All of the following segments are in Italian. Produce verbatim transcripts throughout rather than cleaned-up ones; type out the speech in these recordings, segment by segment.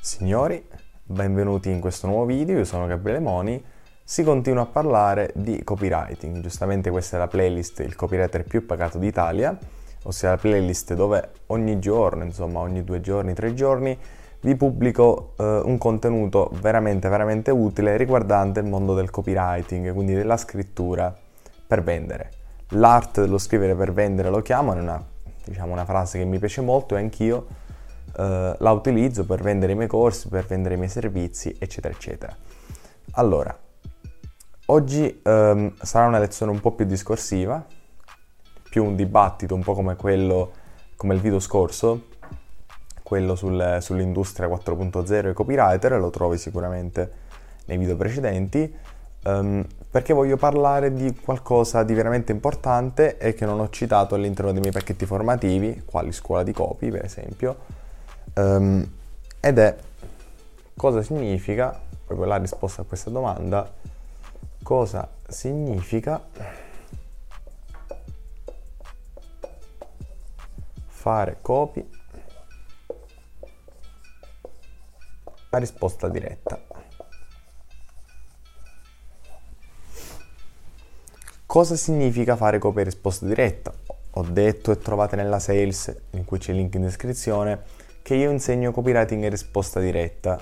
Signori, benvenuti in questo nuovo video, io sono Gabriele Moni. Si continua a parlare di copywriting. Giustamente questa è la playlist Il copywriter più pagato d'Italia, ossia la playlist dove ogni giorno, insomma ogni due giorni, tre giorni, vi pubblico eh, un contenuto veramente, veramente utile riguardante il mondo del copywriting, quindi della scrittura per vendere. L'arte dello scrivere per vendere lo chiamo, è una, diciamo, una frase che mi piace molto e anch'io Uh, la utilizzo per vendere i miei corsi, per vendere i miei servizi, eccetera, eccetera. Allora, oggi um, sarà una lezione un po' più discorsiva, più un dibattito, un po' come quello, come il video scorso, quello sul, sull'industria quattro punto zero e copywriter, lo trovi sicuramente nei video precedenti, um, perché voglio parlare di qualcosa di veramente importante e che non ho citato all'interno dei miei pacchetti formativi, quali scuola di copy, per esempio. Um, ed è cosa significa, proprio la risposta a questa domanda, cosa significa fare copy a risposta diretta. Cosa significa fare copy a risposta diretta? Ho detto e trovate nella sales, in cui c'è il link in descrizione, che io insegno copywriting e risposta diretta.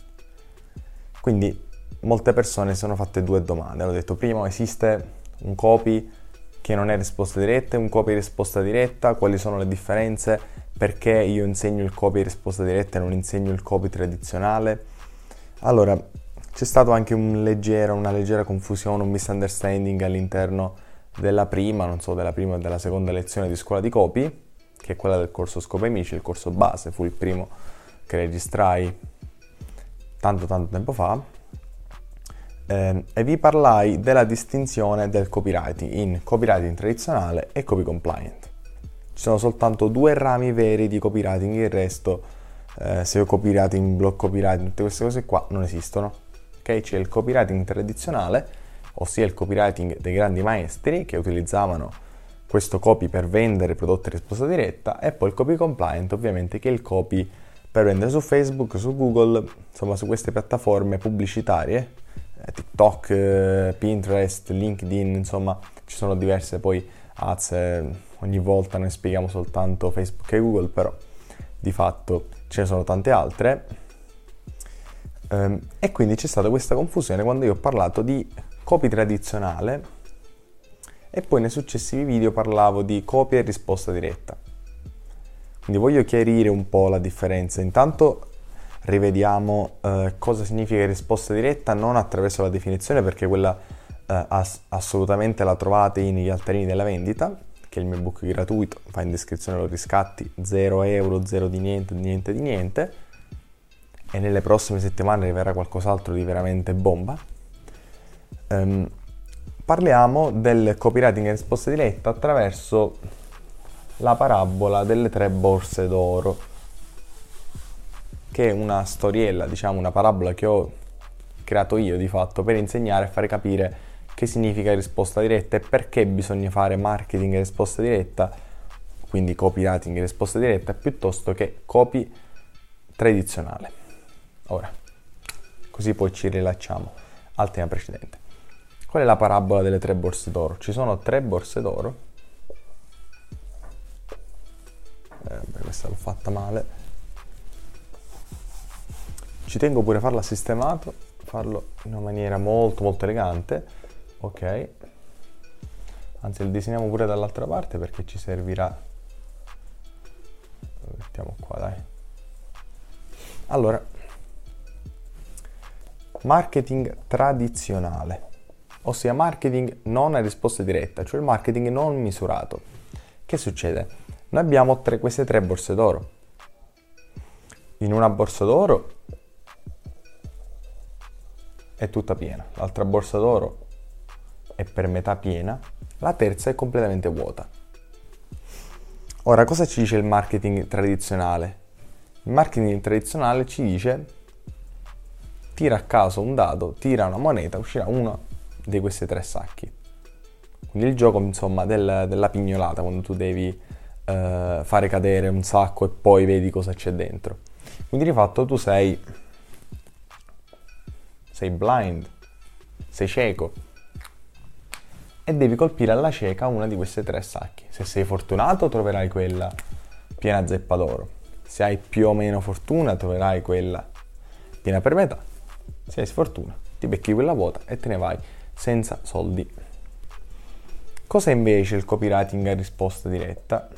Quindi molte persone si sono fatte due domande. Hanno detto: prima, esiste un copy che non è risposta diretta e un copy risposta diretta? Quali sono le differenze? Perché io insegno il copy risposta diretta e non insegno il copy tradizionale? Allora, c'è stato anche un leggero, una leggera confusione, un misunderstanding all'interno della prima, non so, della prima o della seconda lezione di scuola di copy, che è quella del corso Scopi Amici, il corso base, fu il primo che registrai tanto tanto tempo fa, eh, e vi parlai della distinzione del copywriting in copywriting tradizionale e copy compliant. Ci sono soltanto due rami veri di copywriting, il resto, eh, se io copywriting, block copywriting, tutte queste cose qua non esistono. Ok? C'è il copywriting tradizionale, ossia il copywriting dei grandi maestri che utilizzavano questo copy per vendere prodotti a risposta diretta, e poi il copy compliant, ovviamente, che è il copy per vendere su Facebook, su Google, insomma su queste piattaforme pubblicitarie, eh, TikTok, eh, Pinterest, LinkedIn, insomma ci sono diverse poi ads, eh, ogni volta noi spieghiamo soltanto Facebook e Google, però di fatto ce ne sono tante altre, ehm, e quindi c'è stata questa confusione quando io ho parlato di copy tradizionale e poi nei successivi video parlavo di copy e risposta diretta. Quindi voglio chiarire un po' la differenza. Intanto rivediamo eh, cosa significa risposta diretta, non attraverso la definizione, perché quella eh, ass- assolutamente la trovate negli altarini della vendita, che è il mio ebook gratuito, fa in descrizione, lo riscatti, zero euro, zero di niente, di niente, di niente, e nelle prossime settimane arriverà qualcos'altro di veramente bomba. Um, Parliamo del copywriting e risposta diretta attraverso la parabola delle tre borse d'oro, che è una storiella, diciamo una parabola che ho creato io di fatto per insegnare e fare capire che significa risposta diretta e perché bisogna fare marketing e risposta diretta, quindi copywriting e risposta diretta, piuttosto che copy tradizionale. Ora, così poi ci rilacciamo al tema precedente. Qual è la parabola delle tre borse d'oro? Ci sono tre borse d'oro. Eh, beh, questa l'ho fatta male. Ci tengo pure a farla sistemato, farlo in una maniera molto molto elegante. Ok. Anzi, lo disegniamo pure dall'altra parte perché ci servirà. Lo mettiamo qua, dai. Allora, marketing tradizionale, ossia marketing non a risposta diretta, cioè il marketing non misurato. Che succede? Noi abbiamo tre, queste tre borse d'oro. In una borsa d'oro è tutta piena, l'altra borsa d'oro è per metà piena, la terza è completamente vuota. Ora, cosa ci dice il marketing tradizionale? Il marketing tradizionale ci dice: tira a caso un dado, tira una moneta, uscirà uno di questi tre sacchi. Quindi il gioco, insomma, del, della pignolata, quando tu devi uh, fare cadere un sacco e poi vedi cosa c'è dentro. Quindi di fatto tu sei, sei blind, sei cieco e devi colpire alla cieca una di queste tre sacche. Se sei fortunato troverai quella piena zeppa d'oro, se hai più o meno fortuna troverai quella piena per metà, se hai sfortuna ti becchi quella vuota e te ne vai senza soldi. Cos'è invece il copywriting a risposta diretta?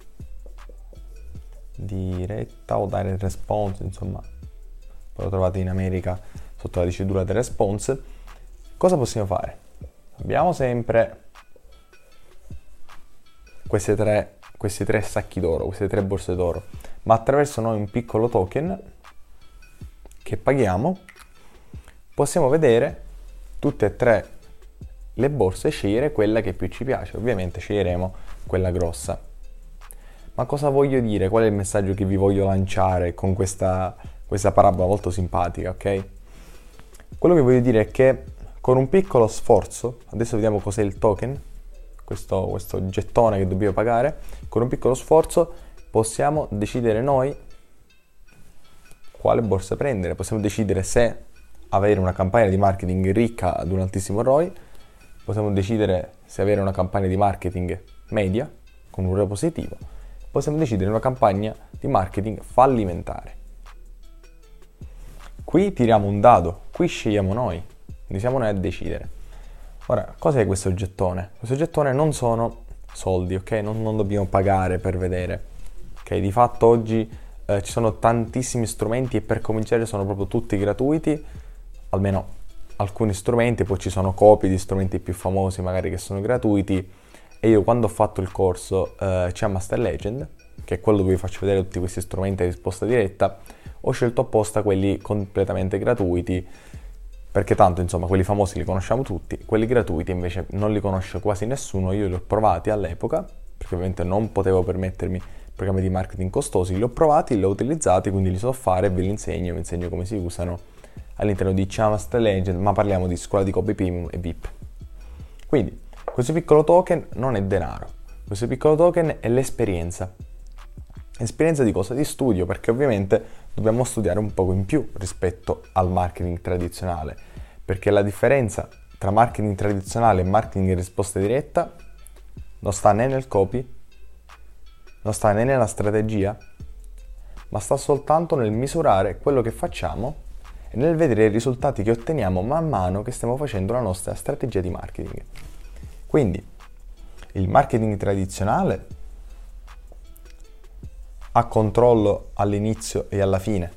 Diretta o direct response, insomma, poi lo trovate in America sotto la dicitura del response. Cosa possiamo fare? Abbiamo sempre queste tre, questi tre sacchi d'oro, queste tre borse d'oro, ma attraverso noi un piccolo token che paghiamo possiamo vedere tutte e tre le borse e scegliere quella che più ci piace. Ovviamente sceglieremo quella grossa. Ma cosa voglio dire? Qual è il messaggio che vi voglio lanciare con questa, questa parabola molto simpatica, ok? Quello che voglio dire è che con un piccolo sforzo, adesso vediamo cos'è il token, questo, questo gettone che dobbiamo pagare, con un piccolo sforzo possiamo decidere noi quale borsa prendere, possiamo decidere se avere una campagna di marketing ricca ad un altissimo R O I, possiamo decidere se avere una campagna di marketing media con un R O I positivo, possiamo decidere una campagna di marketing fallimentare. Qui tiriamo un dado, qui scegliamo noi, quindi siamo noi a decidere. Ora, cos'è questo gettone? Questo gettone non sono soldi, ok? Non, non dobbiamo pagare per vedere, ok? Di fatto oggi eh, ci sono tantissimi strumenti e per cominciare sono proprio tutti gratuiti, almeno alcuni strumenti, poi ci sono copie di strumenti più famosi magari che sono gratuiti, e io quando ho fatto il corso eh, c'è Master Legend, che è quello dove vi faccio vedere tutti questi strumenti a risposta diretta, ho scelto apposta quelli completamente gratuiti, perché tanto insomma quelli famosi li conosciamo tutti, quelli gratuiti invece non li conosce quasi nessuno. Io li ho provati all'epoca, perché ovviamente non potevo permettermi programmi di marketing costosi, li ho provati, li ho utilizzati, quindi li so fare e ve li insegno, vi insegno come si usano all'interno di Master Legend, ma parliamo di scuola di copy premium e V I P. Quindi questo piccolo token non è denaro, questo piccolo token è l'esperienza. Esperienza di cosa? Di studio, perché ovviamente dobbiamo studiare un poco in più rispetto al marketing tradizionale, perché la differenza tra marketing tradizionale e marketing in risposta diretta non sta né nel copy, non sta né nella strategia, ma sta soltanto nel misurare quello che facciamo e nel vedere i risultati che otteniamo man mano che stiamo facendo la nostra strategia di marketing. Quindi il marketing tradizionale ha controllo all'inizio e alla fine.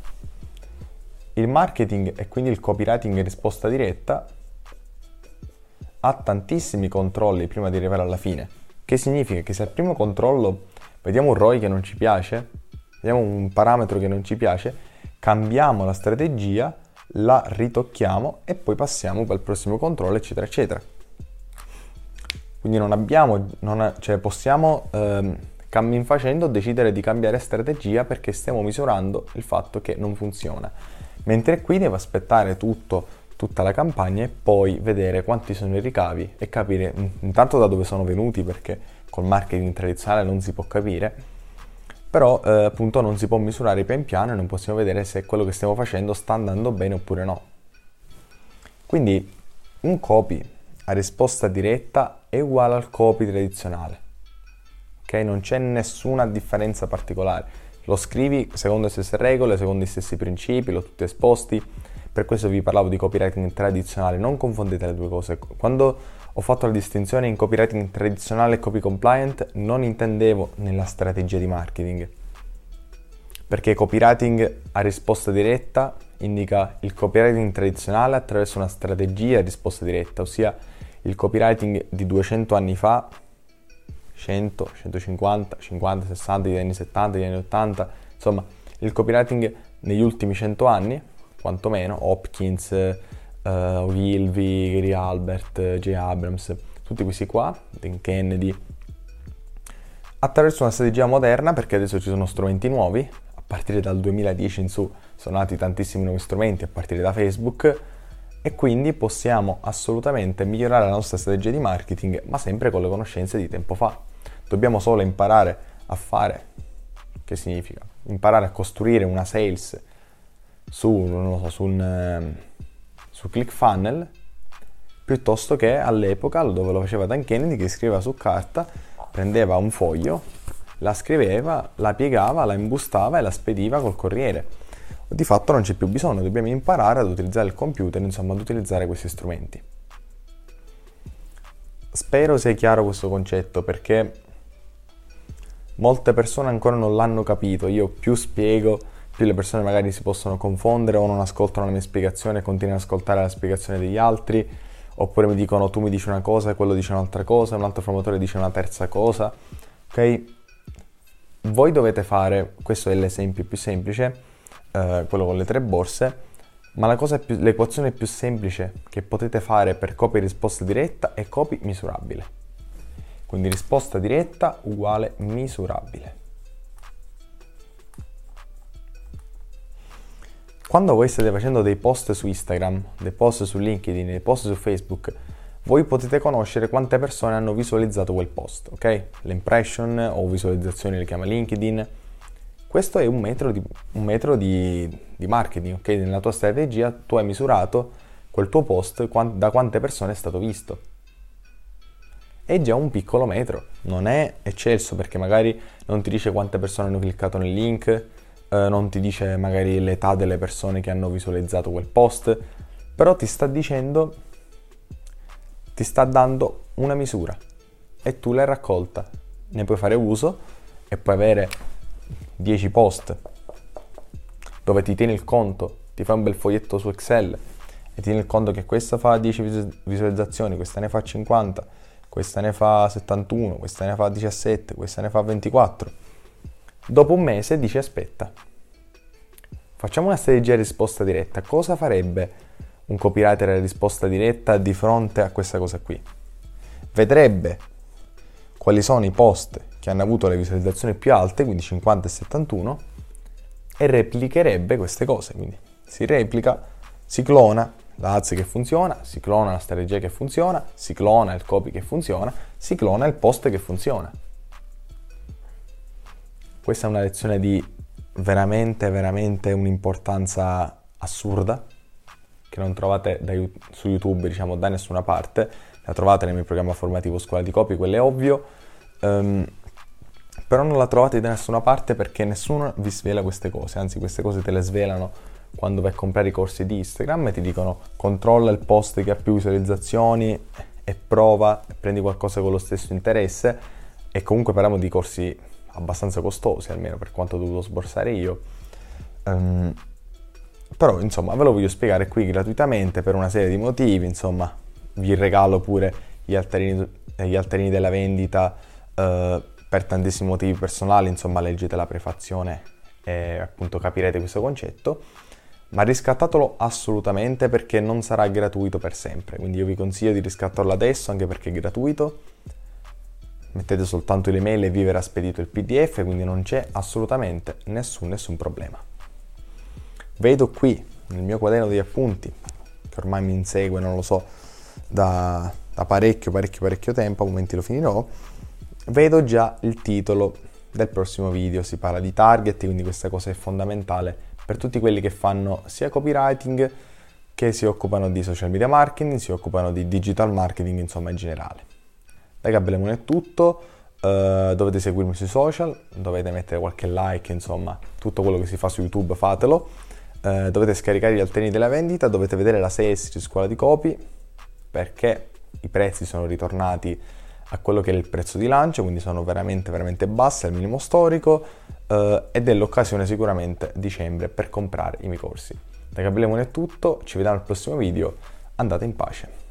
Il marketing e quindi il copywriting in risposta diretta ha tantissimi controlli prima di arrivare alla fine. Che significa che se al primo controllo vediamo un R O I che non ci piace, vediamo un parametro che non ci piace, cambiamo la strategia, la ritocchiamo e poi passiamo al prossimo controllo, eccetera, eccetera. Quindi non abbiamo, non ha, cioè possiamo ehm, cammin facendo decidere di cambiare strategia perché stiamo misurando il fatto che non funziona. Mentre qui devo aspettare tutto, tutta la campagna e poi vedere quanti sono i ricavi e capire intanto da dove sono venuti, perché col marketing tradizionale non si può capire, però eh, appunto non si può misurare pian piano e non possiamo vedere se quello che stiamo facendo sta andando bene oppure no. Quindi un copy a risposta diretta è uguale al copy tradizionale, ok? Non c'è nessuna differenza particolare. Lo scrivi secondo le stesse regole, secondo gli stessi principi, l'ho tutti esposti. Per questo vi parlavo di copywriting tradizionale, non confondete le due cose. Quando ho fatto la distinzione in copywriting tradizionale e copy compliant, non intendevo nella strategia di marketing. Perché copywriting a risposta diretta indica il copywriting tradizionale attraverso una strategia a risposta diretta, ossia il copywriting di duecento anni fa, cento, centocinquanta, cinquanta, sessanta, degli anni settanta, degli anni ottanta, insomma il copywriting negli ultimi cento anni, quantomeno, Hopkins, uh, Ogilvy, Gary Albert, J. Abrams, tutti questi qua, Dan Kennedy, attraverso una strategia moderna, perché adesso ci sono strumenti nuovi, a partire dal duemiladieci in su sono nati tantissimi nuovi strumenti, a partire da Facebook, e quindi possiamo assolutamente migliorare la nostra strategia di marketing, ma sempre con le conoscenze di tempo fa. Dobbiamo solo imparare a fare Che significa? Imparare a costruire una sales su, non lo so, su, un, su ClickFunnels, piuttosto che all'epoca dove lo faceva Dan Kennedy, che scriveva su carta, prendeva un foglio, la scriveva, la piegava, la imbustava e la spediva col corriere. Di fatto non c'è più bisogno, dobbiamo imparare ad utilizzare il computer, insomma ad utilizzare questi strumenti. Spero sia chiaro questo concetto, perché molte persone ancora non l'hanno capito. Io più spiego, più le persone magari si possono confondere o non ascoltano la mia spiegazione e continuano ad ascoltare la spiegazione degli altri, oppure mi dicono tu mi dici una cosa e quello dice un'altra cosa, un altro promotore dice una terza cosa, ok? Voi dovete fare, questo è l'esempio più semplice, eh, quello con le tre borse, ma la cosa più, l'equazione più semplice che potete fare per copia e risposta diretta è copy misurabile. Quindi risposta diretta uguale misurabile. Quando voi state facendo dei post su Instagram, dei post su LinkedIn, dei post su Facebook, voi potete conoscere quante persone hanno visualizzato quel post, ok? Le impression o visualizzazioni le chiama LinkedIn. Questo è un metodo di, un metodo di, di marketing, ok? Nella tua strategia tu hai misurato quel tuo post da quante persone è stato visto. È già un piccolo metro, non è eccelso perché magari non ti dice quante persone hanno cliccato nel link, eh, non ti dice magari l'età delle persone che hanno visualizzato quel post, però ti sta dicendo, ti sta dando una misura e tu l'hai raccolta, ne puoi fare uso e puoi avere dieci post dove ti tieni il conto, ti fai un bel foglietto su Excel e ti tieni il conto che questa fa dieci visualizzazioni, questa ne fa cinquanta, questa ne fa settantuno, questa ne fa diciassette, questa ne fa ventiquattro. Dopo un mese dici aspetta, facciamo una strategia di risposta diretta. Cosa farebbe un copywriter a risposta diretta di fronte a questa cosa qui? Vedrebbe quali sono i post che hanno avuto le visualizzazioni più alte, quindi cinquanta e settantuno, e replicherebbe queste cose. Quindi si replica, si clona la ads che funziona, si clona la strategia che funziona, si clona il copy che funziona, si clona il post che funziona. Questa è una lezione di veramente, veramente un'importanza assurda, che non trovate da, su YouTube, diciamo, da nessuna parte. La trovate nel mio programma formativo Scuola di Copy, quello è ovvio, um, però non la trovate da nessuna parte perché nessuno vi svela queste cose, anzi queste cose te le svelano quando vai a comprare i corsi di Instagram e ti dicono controlla il post che ha più visualizzazioni e prova e prendi qualcosa con lo stesso interesse. E comunque parliamo di corsi abbastanza costosi, almeno per quanto ho dovuto sborsare io, um, però insomma ve lo voglio spiegare qui gratuitamente per una serie di motivi. Insomma vi regalo pure gli altarini, gli altarini della vendita uh, per tantissimi motivi personali, insomma leggete la prefazione e appunto capirete questo concetto, ma riscattatelo assolutamente perché non sarà gratuito per sempre, quindi io vi consiglio di riscattarlo adesso anche perché è gratuito. Mettete soltanto l'email e vi verrà spedito il P D F, quindi non c'è assolutamente nessun, nessun problema. Vedo qui nel mio quaderno degli appunti, che ormai mi insegue, non lo so, da, da parecchio, parecchio, parecchio tempo, a momenti lo finirò, vedo già il titolo del prossimo video. Si parla di target, quindi questa cosa è fondamentale per tutti quelli che fanno sia copywriting, che si occupano di social media marketing, si occupano di digital marketing, insomma in generale. Da Gabriele Moon è tutto, uh, dovete seguirmi sui social, dovete mettere qualche like, insomma tutto quello che si fa su YouTube fatelo, uh, dovete scaricare gli altarini della vendita, dovete vedere la sales di Scuola di Copy perché i prezzi sono ritornati a quello che è il prezzo di lancio, quindi sono veramente veramente bassi, al minimo storico, uh, ed è l'occasione sicuramente dicembre per comprare i miei corsi. Da Gabriele Moon è tutto, ci vediamo al prossimo video, andate in pace.